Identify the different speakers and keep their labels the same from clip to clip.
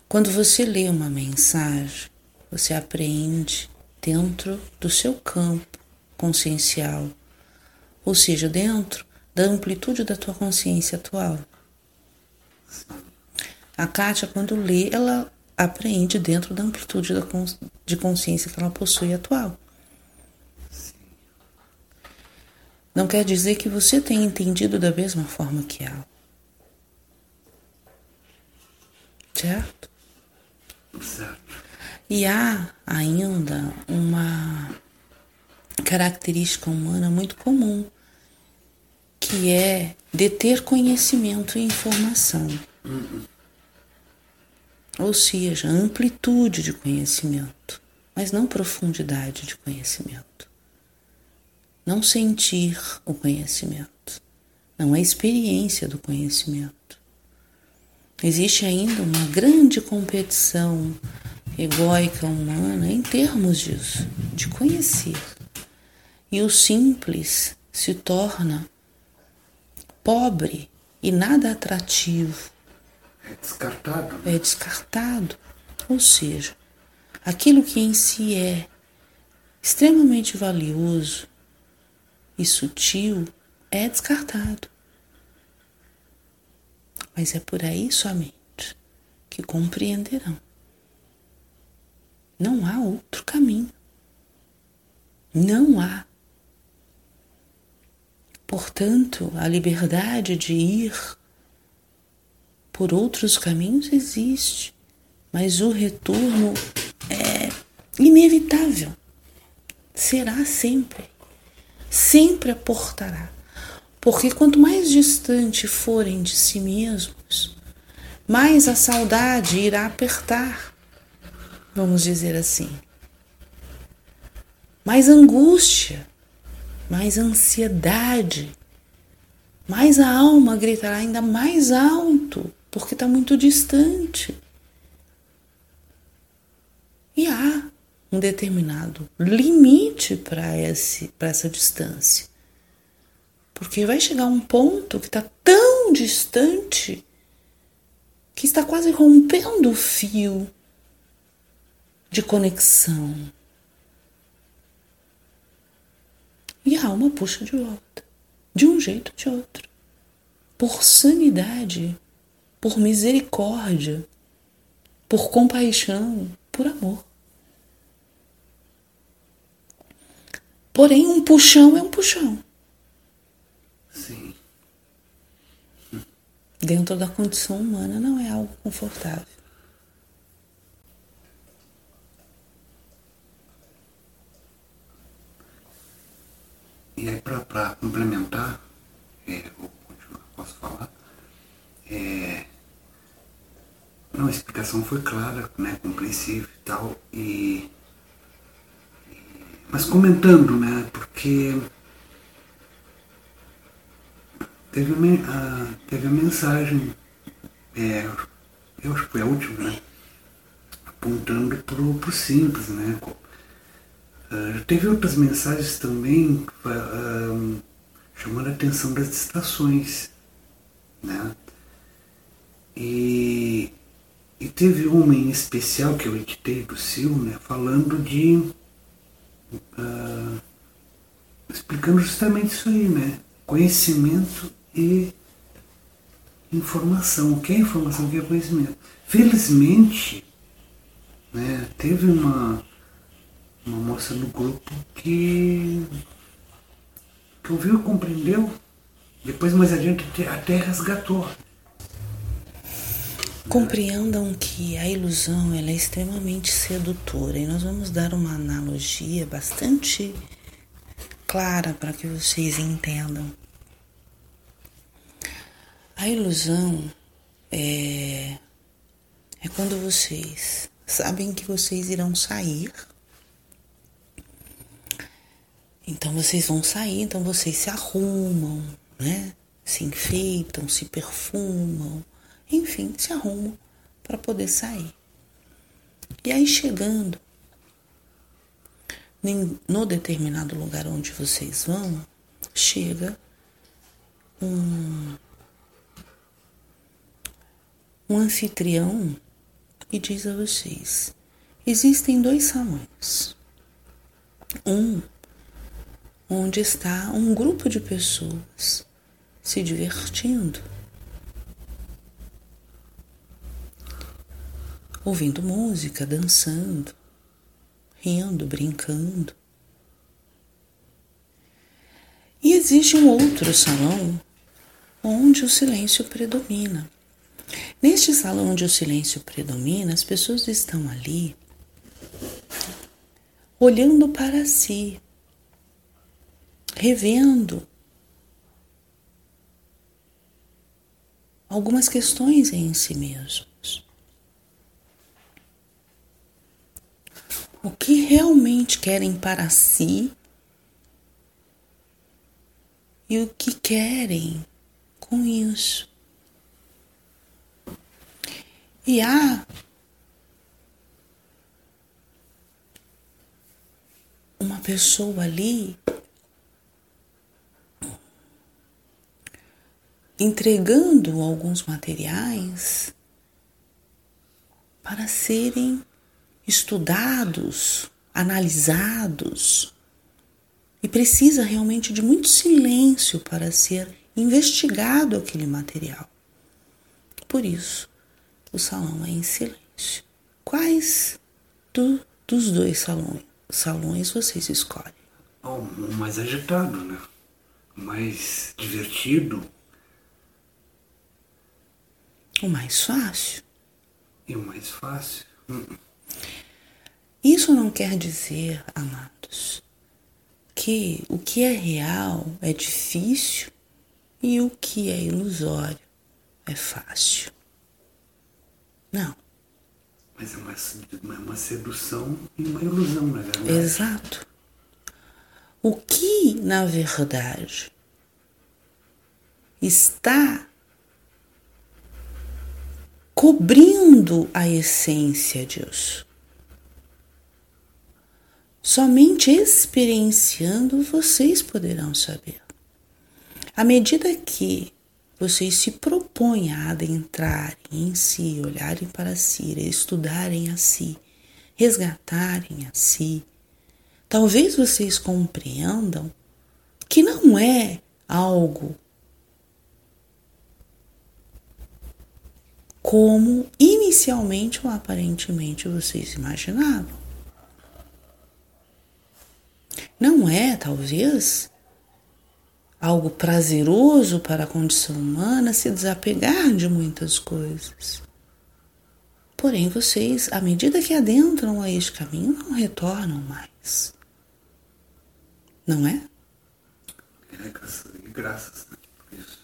Speaker 1: Quando você lê uma mensagem, você apreende dentro do seu campo consciencial, ou seja, dentro da amplitude da tua consciência atual. A Kátia, quando lê, ela apreende dentro da amplitude de consciência que ela possui atual. Não quer dizer que você tenha entendido da mesma forma que ela. Certo?
Speaker 2: Certo.
Speaker 1: E há ainda uma característica humana muito comum, que é deter conhecimento e informação. Ou seja, amplitude de conhecimento, mas não profundidade de conhecimento. Não sentir o conhecimento, não a experiência do conhecimento. Existe ainda uma grande competição egóica humana em termos disso, de conhecer. E o simples se torna pobre e nada atrativo.
Speaker 2: É descartado.
Speaker 1: É descartado. Ou seja, aquilo que em si é extremamente valioso e sutil é descartado. Mas é por aí somente que compreenderão. Não há outro caminho. Não há. Portanto, a liberdade de ir por outros caminhos existe, mas o retorno é inevitável. Será sempre. Sempre aportará. Porque quanto mais distante forem de si mesmos, mais a saudade irá apertar, vamos dizer assim. Mais angústia, mais ansiedade, mais a alma gritará ainda mais alto, porque está muito distante. E há um determinado limite para essa distância. Porque vai chegar um ponto que está tão distante que está quase rompendo o fio de conexão. E a alma puxa de volta, de um jeito ou de outro. Por sanidade, por misericórdia, por compaixão, por amor. Porém, um puxão é um puxão.
Speaker 2: Sim.
Speaker 1: Dentro da condição humana não é algo confortável.
Speaker 2: E aí, para complementar, posso falar? Não, a explicação foi clara, né, compreensível e tal, mas comentando, né, porque teve a mensagem, eu acho que foi a última, né, apontando pro simples, né. Já teve outras mensagens também chamando a atenção das distrações, né. E teve uma em especial que eu editei do Sil, né, falando explicando justamente isso aí, né? Conhecimento e informação. O que é informação? O que é conhecimento? Felizmente, né, teve uma moça no grupo que ouviu e compreendeu. Depois, mais adiante, até resgatou.
Speaker 1: Compreendam que a ilusão ela é extremamente sedutora e nós vamos dar uma analogia bastante clara para que vocês entendam. A ilusão é quando vocês sabem que vocês irão sair. Então vocês vão sair, então vocês se arrumam, né? Se enfeitam, se perfumam, enfim, se arrumam para poder sair. E aí chegando no determinado lugar onde vocês vão, chega um anfitrião e diz a vocês: existem 2 salões. Um onde está um grupo de pessoas se divertindo, ouvindo música, dançando, rindo, brincando. E existe um outro salão onde o silêncio predomina. Neste salão onde o silêncio predomina, as pessoas estão ali olhando para si, revendo algumas questões em si mesmos. O que realmente querem para si e o que querem com isso. E há uma pessoa ali entregando alguns materiais para serem estudados, analisados, e precisa realmente de muito silêncio para ser investigado aquele material. Por isso, o salão é em silêncio. Quais dos 2 salões vocês escolhem?
Speaker 2: O mais agitado, né? O mais divertido.
Speaker 1: O mais fácil.
Speaker 2: E o mais fácil.
Speaker 1: Isso não quer dizer, amados, que o que é real é difícil e o que é ilusório é fácil. Não.
Speaker 2: Mas é uma sedução e uma ilusão, na verdade.
Speaker 1: Exato. O que, na verdade, está cobrindo a essência disso? Somente experienciando vocês poderão saber. À medida que vocês se propõem a adentrarem em si, olharem para si, estudarem a si, resgatarem a si, talvez vocês compreendam que não é algo como inicialmente ou aparentemente vocês imaginavam. Não é, talvez, algo prazeroso para a condição humana se desapegar de muitas coisas. Porém, vocês, à medida que adentram a este caminho, não retornam mais. Não é?
Speaker 2: Graças a isso.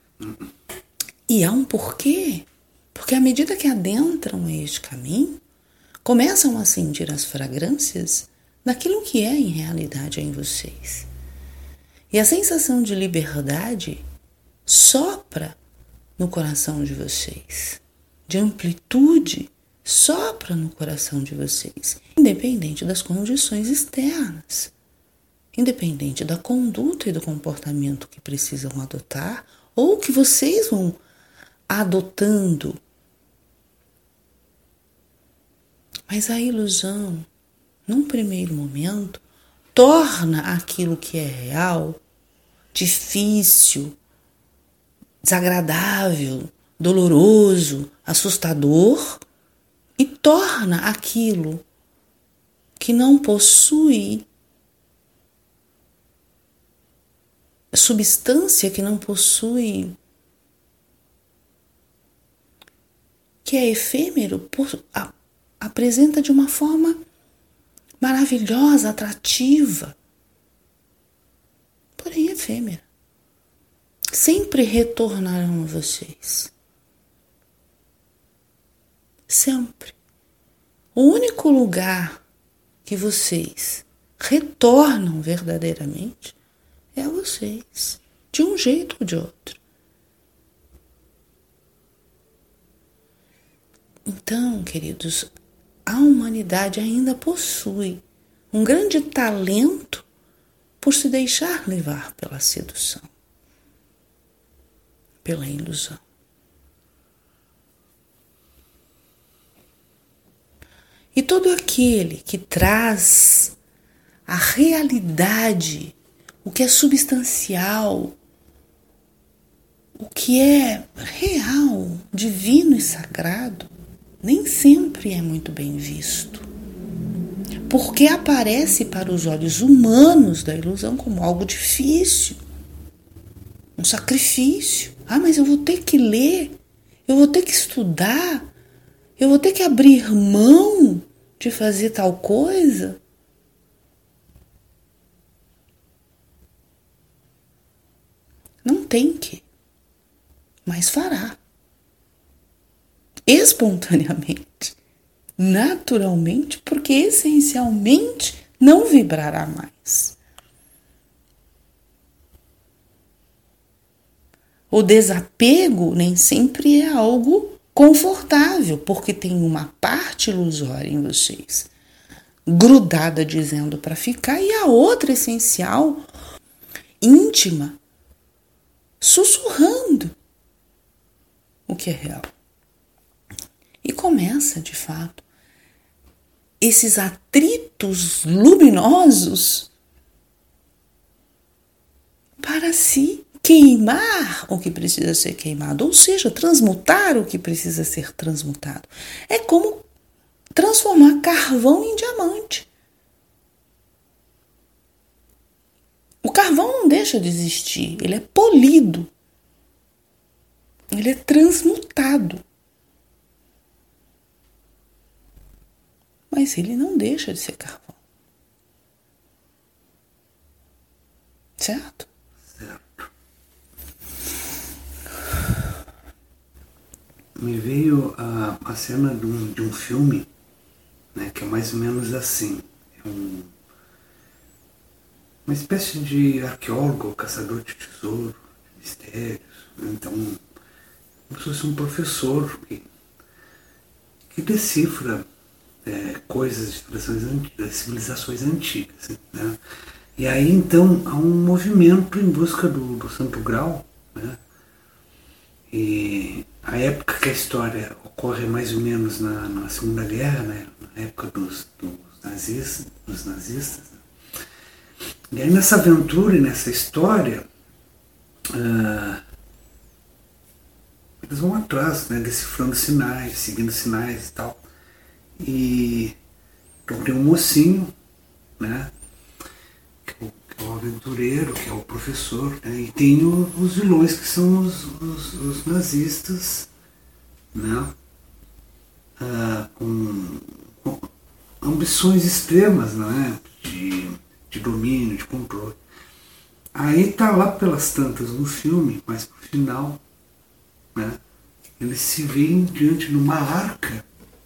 Speaker 1: E há um porquê. Porque à medida que adentram a este caminho, começam a sentir as fragrâncias daquilo que é em realidade em vocês. E a sensação de liberdade sopra no coração de vocês. De amplitude sopra no coração de vocês. Independente das condições externas. Independente da conduta e do comportamento que precisam adotar ou que vocês vão adotando. Mas a ilusão, num primeiro momento, torna aquilo que é real difícil, desagradável, doloroso, assustador e torna aquilo que não possui substância, que não possui, que é efêmero, apresenta de uma forma maravilhosa, atrativa, porém efêmera. Sempre retornarão a vocês. Sempre. O único lugar que vocês retornam verdadeiramente é a vocês, de um jeito ou de outro. Então, queridos, a humanidade ainda possui um grande talento por se deixar levar pela sedução, pela ilusão. E todo aquele que traz a realidade, o que é substancial, o que é real, divino e sagrado, nem sempre é muito bem visto. Porque aparece para os olhos humanos da ilusão como algo difícil, um sacrifício. Ah, mas eu vou ter que ler, eu vou ter que estudar, eu vou ter que abrir mão de fazer tal coisa. Não tem que, mas fará. Espontaneamente, naturalmente, porque essencialmente não vibrará mais. O desapego nem sempre é algo confortável, porque tem uma parte ilusória em vocês, grudada dizendo para ficar, e a outra essencial, íntima, sussurrando o que é real. E começa, de fato, esses atritos luminosos para se queimar o que precisa ser queimado, ou seja, transmutar o que precisa ser transmutado. É como transformar carvão em diamante. O carvão não deixa de existir, ele é polido, ele é transmutado. Mas ele não deixa de ser carvão. Certo?
Speaker 2: Certo. Me veio a cena de um filme, né, que é mais ou menos assim. É uma espécie de arqueólogo, caçador de tesouro, de mistérios. Então, como se fosse um professor que decifra coisas das civilizações antigas. Né? E aí, então, há um movimento em busca do Santo Grau, né? E a época que a história ocorre mais ou menos na Segunda Guerra, né? Na época dos nazistas. Né? E aí, nessa aventura e nessa história, eles vão atrás, né? Decifrando sinais, seguindo sinais e tal. E então tem um mocinho, né? Que é o aventureiro, que é o professor, né? E tem os vilões, que são os nazistas, né? Com ambições extremas, né? De domínio, de controle. Aí tá lá pelas tantas no filme, mas pro final, né? Eles se veem diante de uma arca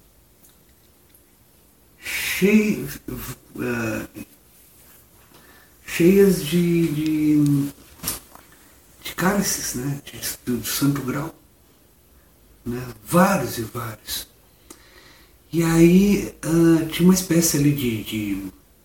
Speaker 2: cheias de cálices, né? Do Santo Grau, né? Vários e vários. E aí tinha uma espécie ali de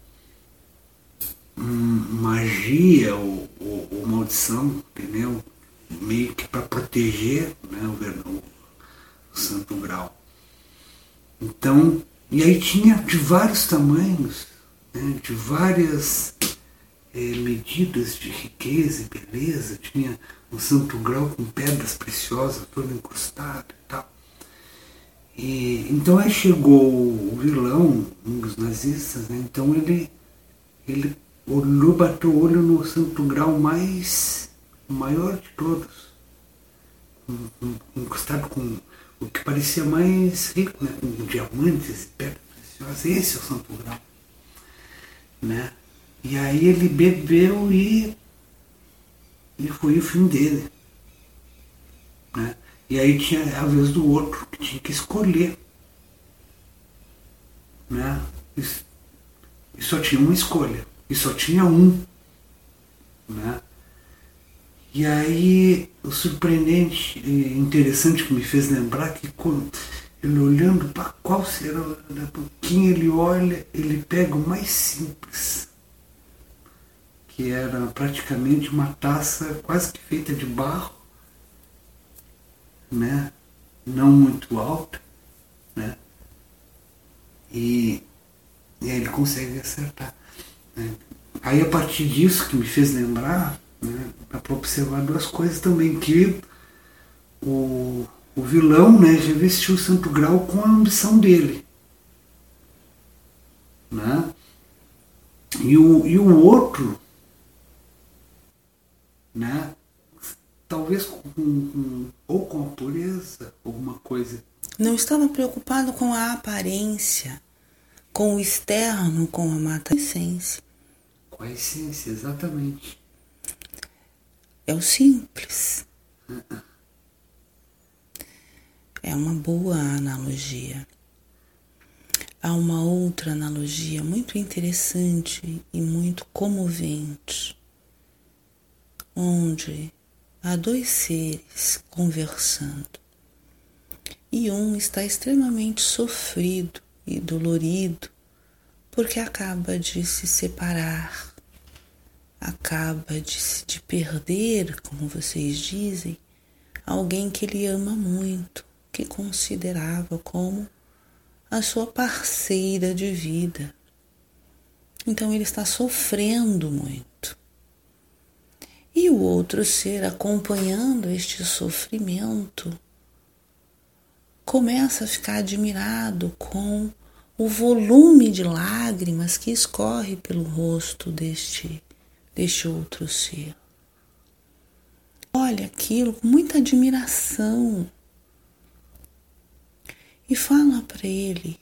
Speaker 2: magia ou maldição, entendeu? Meio que para proteger, né, o Santo Grau. Então, e aí tinha de vários tamanhos, né, de várias medidas de riqueza e beleza. Tinha um Santo Grau com pedras preciosas, todo incrustado e tal. E então aí chegou o vilão, um dos nazistas, né, então ele olhou, bateu o olho no Santo Grau o maior de todos, encostado com o que parecia mais rico, né, com diamantes e pedras preciosas. Esse é o Santo Grau, né? E aí ele bebeu e foi o fim dele, né? E aí tinha a vez do outro que tinha que escolher, né? E só tinha uma escolha, e só tinha um, né? E aí o surpreendente e interessante que me fez lembrar que ele olhando para qual será, quem ele olha, ele pega o mais simples, que era praticamente uma taça quase que feita de barro, né? Não muito alta, né? E aí ele consegue acertar. Né? Aí a partir disso que me fez lembrar, né, dá para observar duas coisas também, que o vilão, né, já vestiu o Santo Grau com a ambição dele. Né? E o outro, né, talvez ou com a pureza, alguma coisa.
Speaker 1: Não estava preocupado com a aparência, com o externo, com a mata essência.
Speaker 2: Com a essência, exatamente.
Speaker 1: É o simples. É uma boa analogia. Há uma outra analogia muito interessante e muito comovente, onde há dois seres conversando e um está extremamente sofrido e dolorido porque acaba de se separar, acaba de perder, como vocês dizem, alguém que ele ama muito, que considerava como a sua parceira de vida. Então ele está sofrendo muito. E o outro ser, acompanhando este sofrimento, começa a ficar admirado com o volume de lágrimas que escorre pelo rosto deste outro ser. Olha aquilo com muita admiração e fala para ele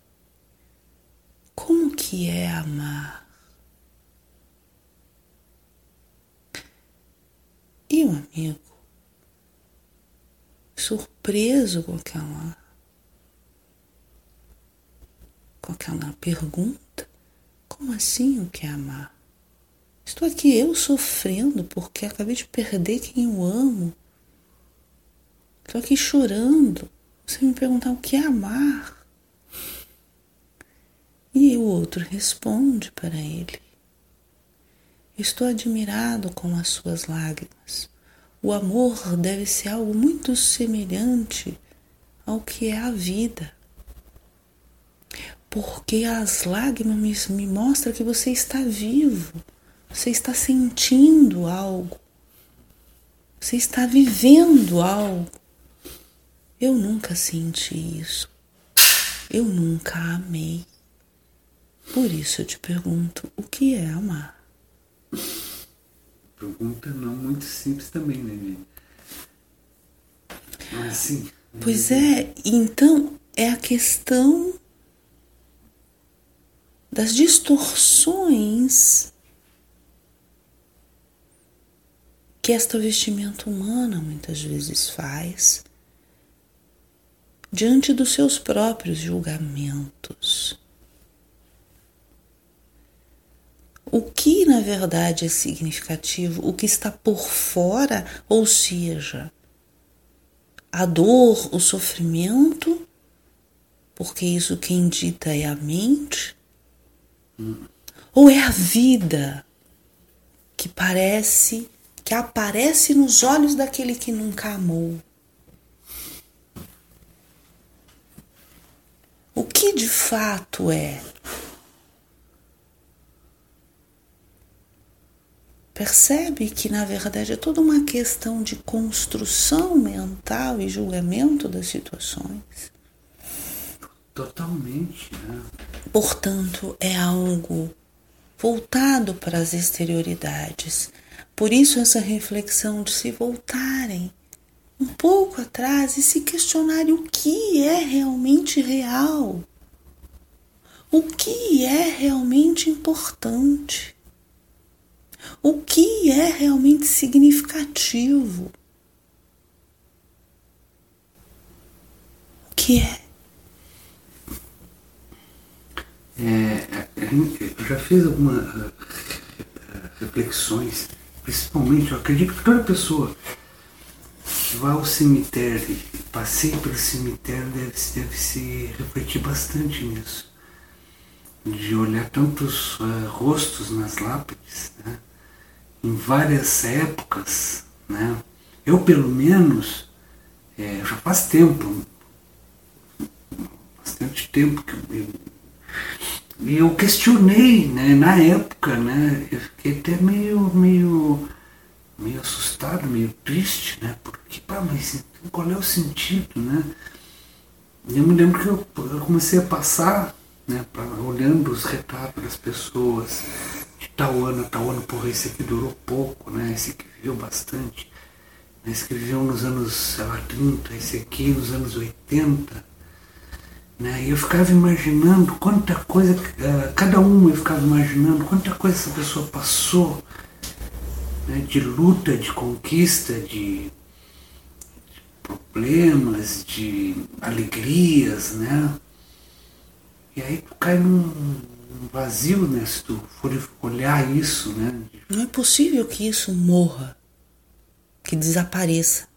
Speaker 1: como que é amar. E o amigo, surpreso com aquela pergunta, como assim o que é amar? Estou aqui eu sofrendo porque acabei de perder quem eu amo. Estou aqui chorando. Você me perguntar o que é amar. E o outro responde para ele: estou admirado com as suas lágrimas. O amor deve ser algo muito semelhante ao que é a vida. Porque as lágrimas me mostram que você está vivo. Você está sentindo algo. Você está vivendo algo. Eu nunca senti isso. Eu nunca amei. Por isso eu te pergunto, o que é amar?
Speaker 2: Pergunta não muito simples também, né, gente? Mas sim.
Speaker 1: Pois é, então é a questão das distorções que esta vestimenta humana muitas vezes faz diante dos seus próprios julgamentos. O que na verdade é significativo, o que está por fora, ou seja, a dor, o sofrimento, porque isso quem dita é a mente, ou é a vida que aparece nos olhos daquele que nunca amou. O que de fato é? Percebe que, na verdade, é toda uma questão de construção mental e julgamento das situações.
Speaker 2: Totalmente, né?
Speaker 1: Portanto, é algo voltado para as exterioridades. Por isso, essa reflexão de se voltarem um pouco atrás e se questionarem o que é realmente real, o que é realmente importante, o que é realmente significativo, o que é.
Speaker 2: Eu já fiz algumas reflexões, principalmente, eu acredito que toda pessoa que vai ao cemitério e passeia pelo cemitério deve se refletir bastante nisso, de olhar tantos rostos nas lápides, né, em várias épocas, né. Eu, pelo menos, já faz tempo, bastante tempo que eu E eu questionei, né, na época, né, eu fiquei até meio assustado, meio triste, né, porque, mas qual é o sentido, né? E eu me lembro que eu comecei a passar, né, olhando os retratos das pessoas, de tal ano, porra, esse aqui durou pouco, né, esse aqui viveu bastante, né, esse que viveu nos anos, sei lá, 30, esse aqui nos anos 80, né, e eu ficava imaginando quanta coisa, cada um eu ficava imaginando quanta coisa essa pessoa passou, né, de luta, de conquista, de problemas, de alegrias, né? E aí tu cai num vazio, né? Se tu for olhar isso, né?
Speaker 1: Não é possível que isso morra, que desapareça.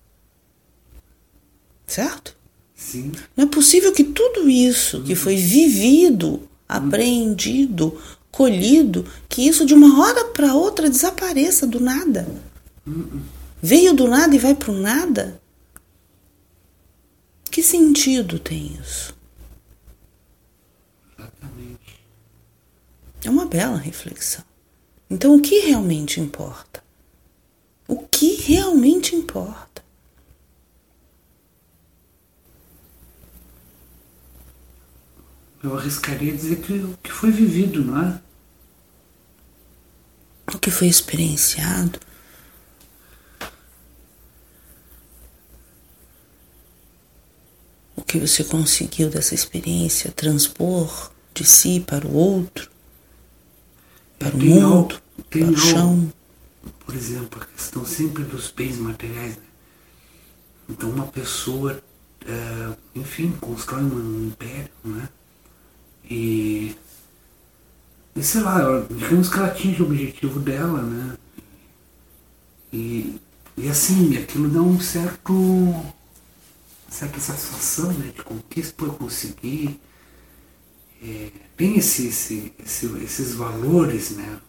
Speaker 1: Certo?
Speaker 2: Sim.
Speaker 1: Não é possível que tudo isso que foi vivido, apreendido, colhido, que isso de uma hora para outra desapareça do nada. Veio do nada e vai para o nada. Que sentido tem isso?
Speaker 2: Exatamente.
Speaker 1: É uma bela reflexão. Então, o que realmente importa? O que realmente importa?
Speaker 2: Eu arriscaria dizer que o que foi vivido, não é?
Speaker 1: O que foi experienciado? O que você conseguiu dessa experiência transpor de si para o outro, para o mundo, para o chão?
Speaker 2: Por exemplo, a questão sempre dos bens materiais, né? Então uma pessoa, enfim, constrói um império, né? E sei lá, digamos que ela atinge o objetivo dela, né? E assim, aquilo dá certa satisfação, né, de conquista por conseguir. Tem esses valores, né?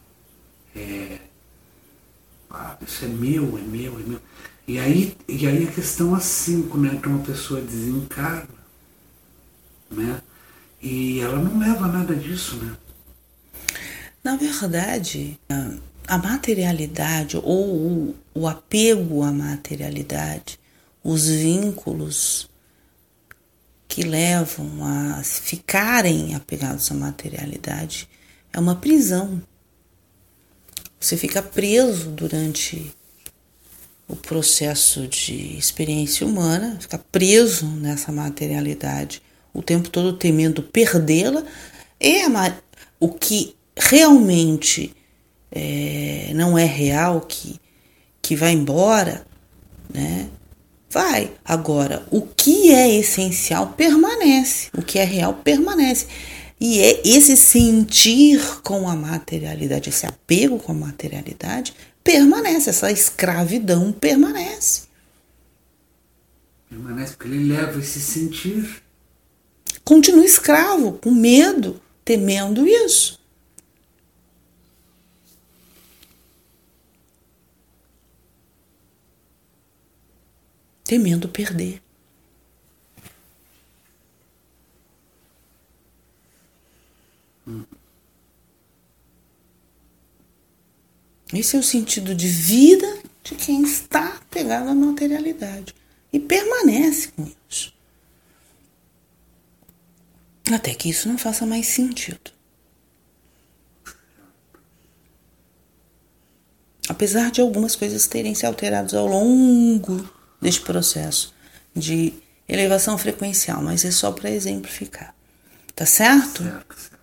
Speaker 2: Isso é meu, é meu, é meu. E aí a questão assim, né, que uma pessoa desencarna, né? E ela não leva nada disso, né?
Speaker 1: Na verdade, a materialidade ou o apego à materialidade, os vínculos que levam a ficarem apegados à materialidade, é uma prisão. Você fica preso durante o processo de experiência humana, fica preso nessa materialidade o tempo todo temendo perdê-la. O que realmente não é real, que vai embora, né? Vai. Agora, o que é essencial permanece, o que é real permanece. E esse sentir com a materialidade, esse apego com a materialidade, permanece, essa escravidão permanece.
Speaker 2: Permanece porque ele leva esse sentir.
Speaker 1: Continua escravo, com medo, temendo isso. Temendo perder. Esse é o sentido de vida de quem está pegado à materialidade. E permanece com isso. Até que isso não faça mais sentido. Apesar de algumas coisas terem se alterado ao longo deste processo de elevação frequencial, mas é só para exemplificar. Tá certo?
Speaker 2: Certo.